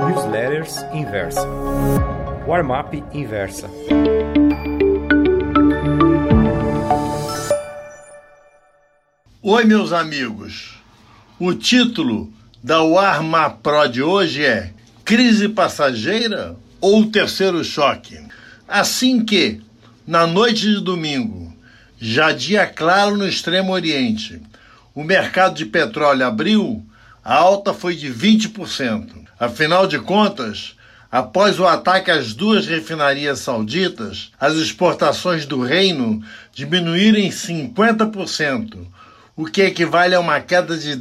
Newsletters Inversa. Warm-up Inversa. Oi, meus amigos. O título da Warm-up Pro de hoje é Crise passageira ou terceiro choque? Assim que, na noite de domingo, já dia claro no Extremo Oriente, o mercado de petróleo abriu, a alta foi de 20%. Afinal de contas, após o ataque às duas refinarias sauditas, as exportações do reino diminuíram em 50%, o que equivale a uma queda de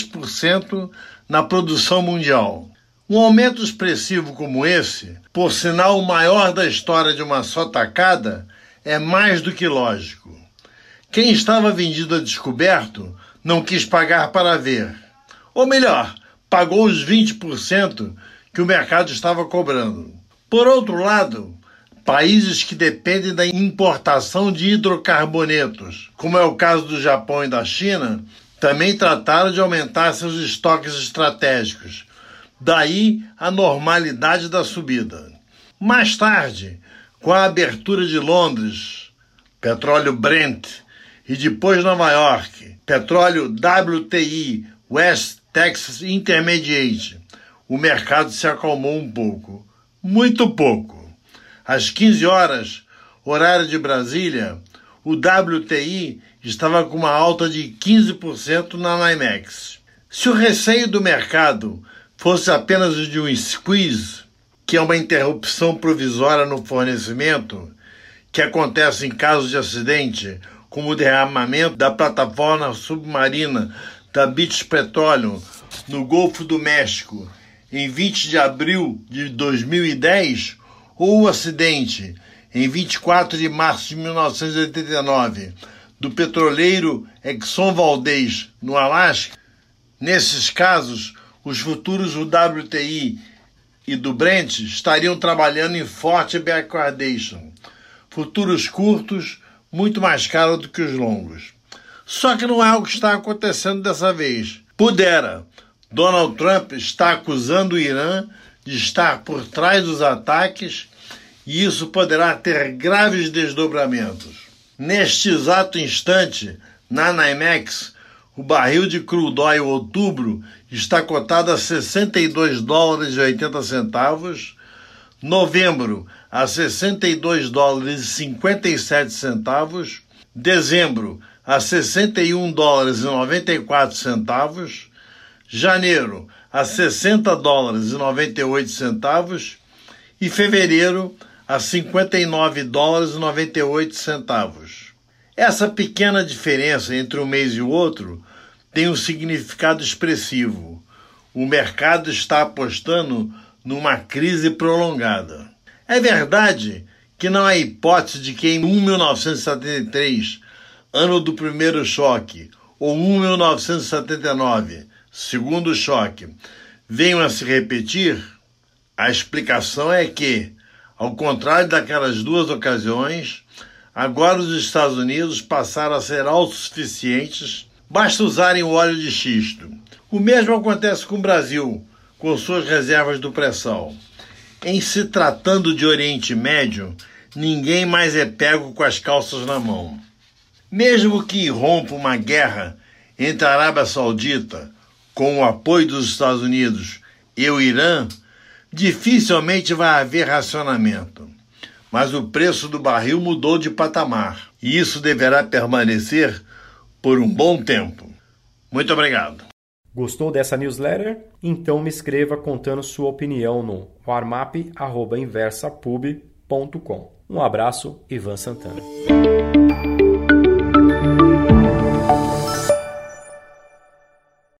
10% na produção mundial. Um aumento expressivo como esse, por sinal o maior da história de uma só tacada, é mais do que lógico. Quem estava vendido a descoberto não quis pagar para ver. Ou melhor, pagou os 20% que o mercado estava cobrando. Por outro lado, países que dependem da importação de hidrocarbonetos, como é o caso do Japão e da China, também trataram de aumentar seus estoques estratégicos. Daí a normalidade da subida. Mais tarde, com a abertura de Londres, petróleo Brent, e depois Nova York, petróleo WTI, West Texas Intermediate, o mercado se acalmou um pouco. Muito pouco. Às 15 horas, horário de Brasília, o WTI estava com uma alta de 15% na NYMEX. Se o receio do mercado fosse apenas o de um squeeze, que é uma interrupção provisória no fornecimento, que acontece em caso de acidente, como o derramamento da plataforma submarina da British Petroleum no Golfo do México em 20 de abril de 2010, ou o acidente em 24 de março de 1989 do petroleiro Exxon Valdez no Alasca, nesses casos, os futuros do WTI e do Brent estariam trabalhando em forte backwardation, futuros curtos, muito mais caros do que os longos. Só que não é o que está acontecendo dessa vez. Pudera. Donald Trump está acusando o Irã de estar por trás dos ataques e isso poderá ter graves desdobramentos. Neste exato instante, na NYMEX, o barril de crude oil outubro está cotado a $62,80, novembro a $62,57, dezembro a $61,94, janeiro a $60,98 e fevereiro a $59,98. Essa pequena diferença entre um mês e o outro tem um significado expressivo. O mercado está apostando numa crise prolongada. É verdade que não há hipótese de que em 1973, ano do primeiro choque, ou 1979, segundo choque, venham a se repetir? A explicação é que, ao contrário daquelas duas ocasiões, agora os Estados Unidos passaram a ser autossuficientes, basta usarem o óleo de xisto. O mesmo acontece com o Brasil, com suas reservas do pré-sal. Em se tratando de Oriente Médio, ninguém mais é pego com as calças na mão. Mesmo que irrompa uma guerra entre a Arábia Saudita, com o apoio dos Estados Unidos, e o Irã, dificilmente vai haver racionamento. Mas o preço do barril mudou de patamar, e isso deverá permanecer por um bom tempo. Muito obrigado. Gostou dessa newsletter? Então me escreva contando sua opinião no warmup@inversapub.com. Um abraço, Ivan Santana.